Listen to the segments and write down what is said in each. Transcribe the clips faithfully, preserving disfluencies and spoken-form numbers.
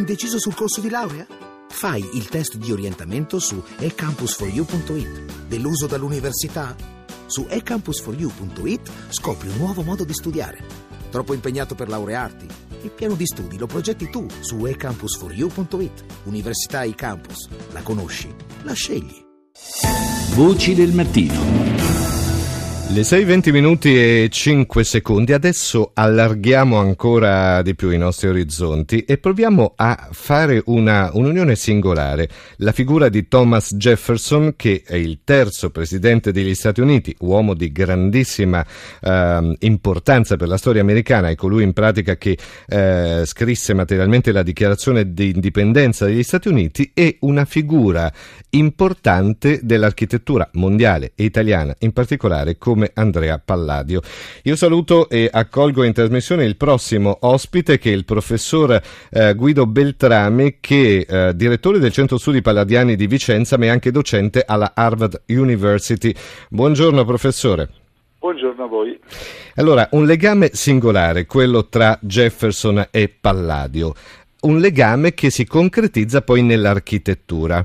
Indeciso sul corso di laurea? Fai il test di orientamento su e campus for you punto it. Deluso dall'università? Su e campus for you punto it scopri un nuovo modo di studiare. Troppo impegnato per laurearti? Il piano di studi lo progetti tu su e campus for you punto it. Università eCampus. La conosci? La scegli. Voci del mattino. Le sei e venti minuti e cinque secondi, adesso allarghiamo ancora di più i nostri orizzonti e proviamo a fare una, un'unione singolare. La figura di Thomas Jefferson, che è il terzo presidente degli Stati Uniti, uomo di grandissima eh, importanza per la storia americana, è colui in pratica che eh, scrisse materialmente la dichiarazione di indipendenza degli Stati Uniti, e una figura importante dell'architettura mondiale e italiana, in particolare come Andrea Palladio. Io saluto e accolgo in trasmissione il prossimo ospite, che è il professor eh, Guido Beltrami, che è eh, direttore del Centro Studi Palladiani di Vicenza, ma è anche docente alla Harvard University. Buongiorno professore. Buongiorno a voi. Allora, un legame singolare, quello tra Jefferson e Palladio, un legame che si concretizza poi nell'architettura.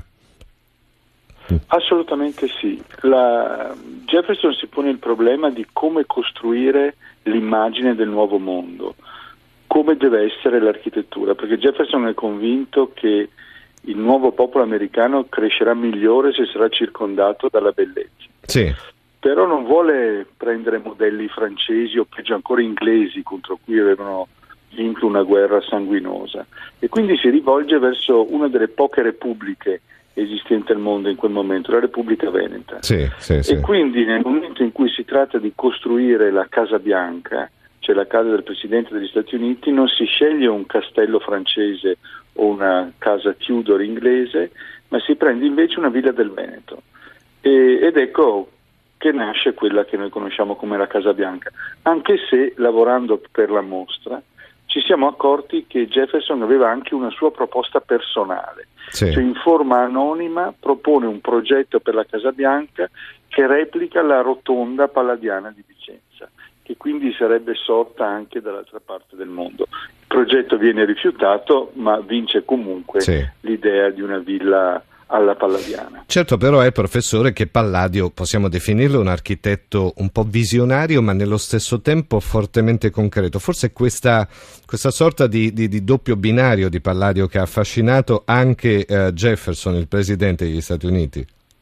Assolutamente sì. La... Jefferson si pone il problema di come costruire l'immagine del nuovo mondo, come deve essere l'architettura, perché Jefferson è convinto che il nuovo popolo americano crescerà migliore se sarà circondato dalla bellezza. Sì. Però non vuole prendere modelli francesi o peggio ancora inglesi, contro cui avevano vinto una guerra sanguinosa, e quindi si rivolge verso una delle poche repubbliche esistente al mondo in quel momento, la Repubblica Veneta. Sì, sì, sì. E quindi nel momento in cui si tratta di costruire la Casa Bianca, cioè la casa del Presidente degli Stati Uniti, non si sceglie un castello francese o una casa Tudor inglese, ma si prende invece una villa del Veneto. E, ed ecco che nasce quella che noi conosciamo come la Casa Bianca, anche se lavorando per la mostra ci siamo accorti che Jefferson aveva anche una sua proposta personale. Sì. Cioè in forma anonima propone un progetto per la Casa Bianca che replica la rotonda palladiana di Vicenza, che quindi sarebbe sorta anche dall'altra parte del mondo. Il progetto viene rifiutato, ma vince comunque sì. l'idea di una villa alla palladiana. Certo, però è, professore, che Palladio possiamo definirlo un architetto un po' visionario, ma nello stesso tempo fortemente concreto. Forse questa, questa sorta di, di, di doppio binario di Palladio che ha affascinato anche eh, Jefferson, il presidente degli Stati Uniti.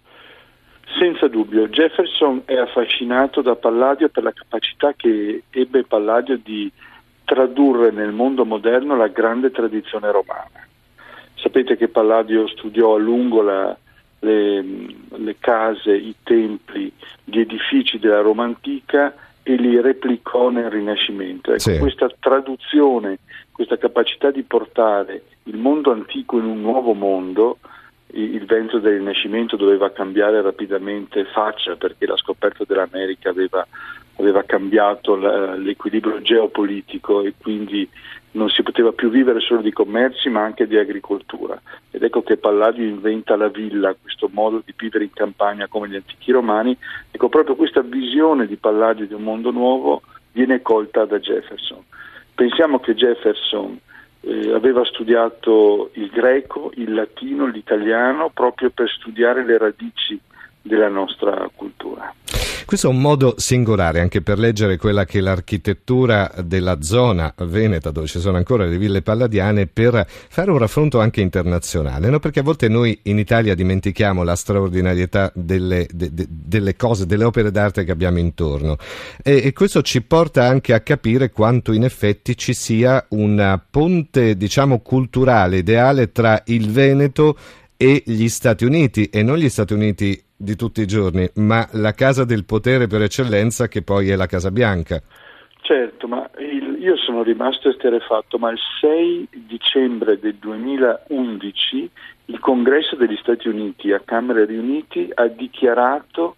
Senza dubbio, Jefferson è affascinato da Palladio per la capacità che ebbe Palladio di tradurre nel mondo moderno la grande tradizione romana. Sapete che Palladio studiò a lungo la, le, le case, i templi, gli edifici della Roma antica e li replicò nel Rinascimento. Ecco, sì. Questa traduzione, questa capacità di portare il mondo antico in un nuovo mondo, il vento del Rinascimento doveva cambiare rapidamente faccia, perché la scoperta dell'America aveva, aveva cambiato la, l'equilibrio geopolitico, e quindi non si poteva più vivere solo di commerci ma anche di agricoltura. Ed ecco che Palladio inventa la villa, questo modo di vivere in campagna come gli antichi romani. Ecco, proprio questa visione di Palladio di un mondo nuovo viene colta da Jefferson. Pensiamo che Jefferson eh, aveva studiato il greco, il latino, l'italiano, proprio per studiare le radici della nostra cultura. Questo è un modo singolare anche per leggere quella che è l'architettura della zona veneta, dove ci sono ancora le ville palladiane, per fare un raffronto anche internazionale, no? Perché a volte noi in Italia dimentichiamo la straordinarietà delle, de, de, delle cose, delle opere d'arte che abbiamo intorno, e, e questo ci porta anche a capire quanto in effetti ci sia una ponte, diciamo, culturale ideale tra il Veneto e gli Stati Uniti, e non gli Stati Uniti di tutti i giorni, ma la casa del potere per eccellenza, che poi è la Casa Bianca. Certo, ma il, io sono rimasto esterrefatto, ma il sei dicembre del duemilaundici il Congresso degli Stati Uniti a Camere riunite ha dichiarato,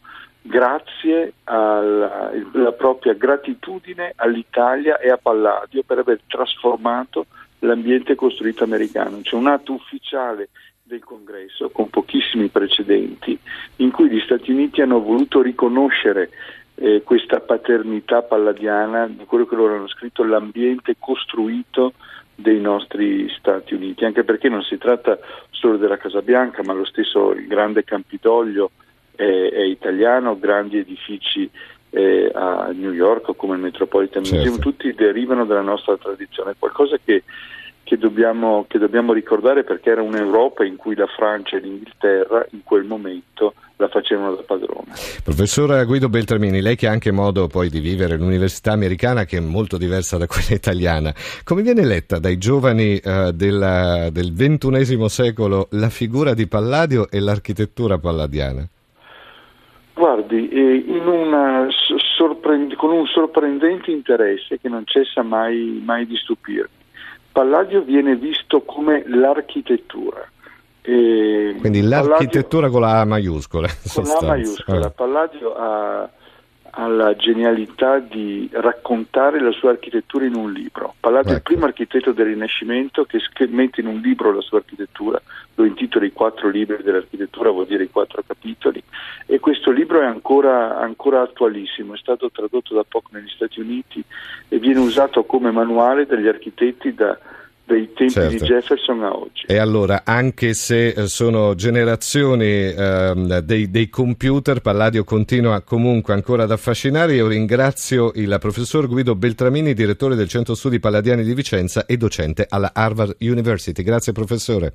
grazie alla la propria gratitudine all'Italia e a Palladio per aver trasformato l'ambiente costruito americano. C'è un atto ufficiale del Congresso, con pochissimi precedenti, in cui gli Stati Uniti hanno voluto riconoscere eh, questa paternità palladiana di quello che loro hanno scritto, l'ambiente costruito dei nostri Stati Uniti, anche perché non si tratta solo della Casa Bianca, ma lo stesso il grande Campidoglio è, è italiano, grandi edifici eh, a New York come il Metropolitan Museum, certo. Tutti derivano dalla nostra tradizione, qualcosa che, che, dobbiamo, che dobbiamo ricordare, perché era un'Europa in cui la Francia e l'Inghilterra in quel momento la facevano da padrone. Professor Guido Beltramini, lei che ha anche modo poi di vivere l'università americana, che è molto diversa da quella italiana, come viene letta dai giovani uh, della, del ventunesimo secolo la figura di Palladio e l'architettura palladiana? Guardi, eh, in una sorprend- con un sorprendente interesse che non cessa mai, mai di stupirmi. Palladio viene visto come l'architettura. E quindi l'architettura Palladio, con la A maiuscola. Con la A maiuscola. Palladio ha, ha la genialità di raccontare la sua architettura in un libro. Palladio ecco. è il primo architetto del Rinascimento che mette in un libro la sua architettura, lo intitola I quattro libri dell'architettura, vuol dire i quattro capitoli, e questo libro è ancora, ancora attualissimo, è stato tradotto da poco negli Stati Uniti e viene usato come manuale dagli architetti da dei tempi certo. di Jefferson a oggi. E allora, anche se sono generazioni ehm, dei, dei computer, Palladio continua comunque ancora ad affascinare. Io ringrazio il professor Guido Beltramini, direttore del Centro Studi Palladiani di Vicenza e docente alla Harvard University. Grazie professore.